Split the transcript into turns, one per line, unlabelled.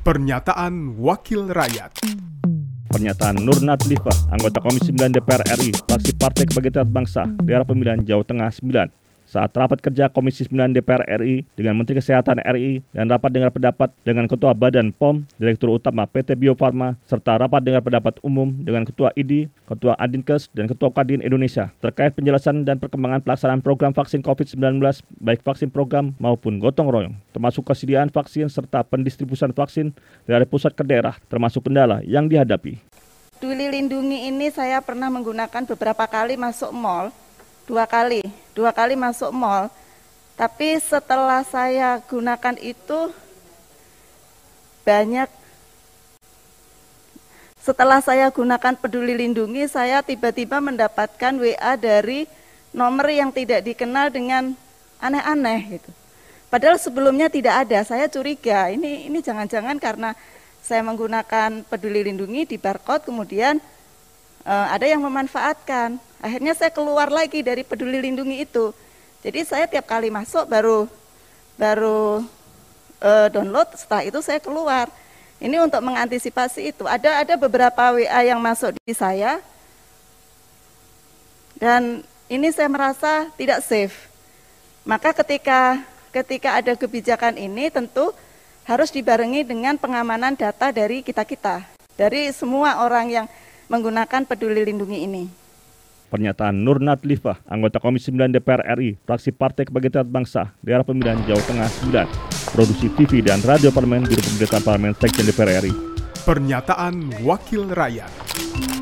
Pernyataan Wakil Rakyat.
Pernyataan Nur Nadlifah, anggota Komisi 9 DPR RI, fraksi Partai Kebangkitan Bangsa, daerah pemilihan Jawa Tengah 9, saat rapat kerja Komisi 9 DPR RI dengan Menteri Kesehatan RI dan rapat dengar pendapat dengan Ketua Badan POM, Direktur Utama PT Bio Farma, serta rapat dengar pendapat umum dengan Ketua ID, Ketua Adinkes, dan Ketua Kadin Indonesia terkait penjelasan dan perkembangan pelaksanaan program vaksin COVID-19, baik vaksin program maupun gotong royong, termasuk kesediaan vaksin serta pendistribusian vaksin dari pusat ke daerah, termasuk kendala yang dihadapi.
Peduli Lindungi ini saya pernah menggunakan beberapa kali masuk mal, dua kali masuk mal, tapi setelah saya gunakan itu setelah saya gunakan Peduli Lindungi, saya tiba-tiba mendapatkan WA dari nomor yang tidak dikenal dengan aneh-aneh gitu. Padahal sebelumnya tidak ada. Saya curiga ini jangan-jangan karena saya menggunakan Peduli Lindungi di barcode, kemudian ada yang memanfaatkan. Akhirnya saya keluar lagi dari Peduli Lindungi itu. Jadi saya tiap kali masuk baru download, setelah itu saya keluar. Ini untuk mengantisipasi itu. Ada beberapa WA yang masuk di saya, dan ini saya merasa tidak safe. Maka ketika ada kebijakan ini tentu harus dibarengi dengan pengamanan data dari kita-kita, dari semua orang yang menggunakan Peduli Lindungi ini.
Pernyataan Nur Nadlifah, anggota Komisi 9 DPR RI, fraksi Partai Kebangkitan Bangsa, daerah pemilihan Jawa Tengah 9, produksi TV dan radio parlemen, Biro Pemberitaan Parlemen, Sekjen DPR RI.
Pernyataan Wakil Rakyat.